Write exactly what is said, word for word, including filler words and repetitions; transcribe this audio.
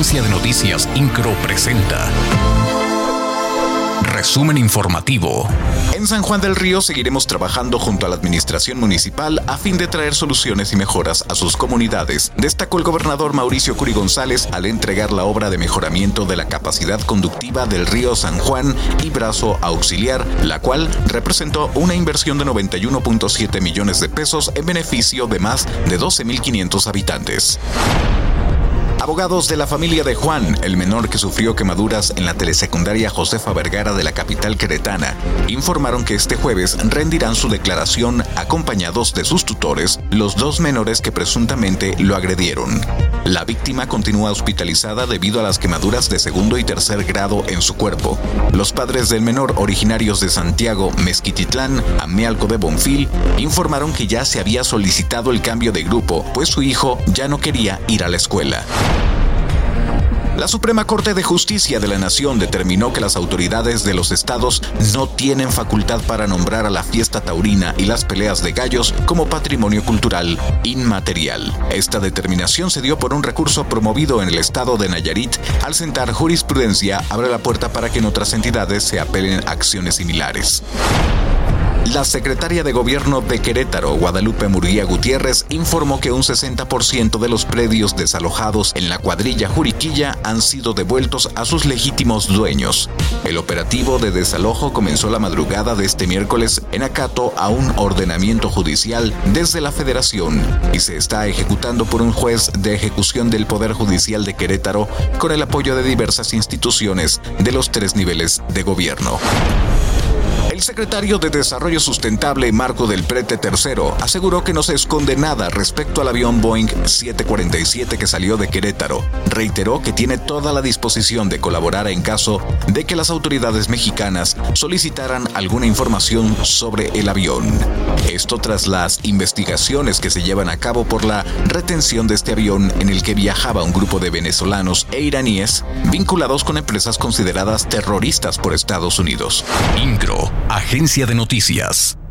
Agencia de Noticias Incro presenta Resumen informativo. En San Juan del Río seguiremos trabajando junto a la administración municipal a fin de traer soluciones y mejoras a sus comunidades, destacó el gobernador Mauricio Curi González al entregar la obra de mejoramiento de la capacidad conductiva del río San Juan y brazo auxiliar, la cual representó una inversión de noventa y uno punto siete millones de pesos en beneficio de más de doce mil quinientos habitantes. Abogados de la familia de Juan, el menor que sufrió quemaduras en la telesecundaria Josefa Vergara de la capital queretana, informaron que este jueves rendirán su declaración acompañados de sus tutores, los dos menores que presuntamente lo agredieron. La víctima continúa hospitalizada debido a las quemaduras de segundo y tercer grado en su cuerpo. Los padres del menor, originarios de Santiago, Mezquititlán, Amealco de Bonfil, informaron que ya se había solicitado el cambio de grupo, pues su hijo ya no quería ir a la escuela. La Suprema Corte de Justicia de la Nación determinó que las autoridades de los estados no tienen facultad para nombrar a la fiesta taurina y las peleas de gallos como patrimonio cultural inmaterial. Esta determinación se dio por un recurso promovido en el estado de Nayarit. Al sentar jurisprudencia, abre la puerta para que en otras entidades se apelen acciones similares. La secretaria de Gobierno de Querétaro, Guadalupe Murguía Gutiérrez, informó que un sesenta por ciento de los predios desalojados en la cuadrilla Juriquilla han sido devueltos a sus legítimos dueños. El operativo de desalojo comenzó la madrugada de este miércoles en acato a un ordenamiento judicial desde la Federación y se está ejecutando por un juez de ejecución del Poder Judicial de Querétaro con el apoyo de diversas instituciones de los tres niveles de gobierno. El secretario de Desarrollo Sustentable, Marco del Prete tercero, aseguró que no se esconde nada respecto al avión Boeing siete cuarenta y siete que salió de Querétaro. Reiteró que tiene toda la disposición de colaborar en caso de que las autoridades mexicanas solicitaran alguna información sobre el avión. Esto tras las investigaciones que se llevan a cabo por la retención de este avión en el que viajaba un grupo de venezolanos e iraníes vinculados con empresas consideradas terroristas por Estados Unidos. Incro, Agencia de Noticias.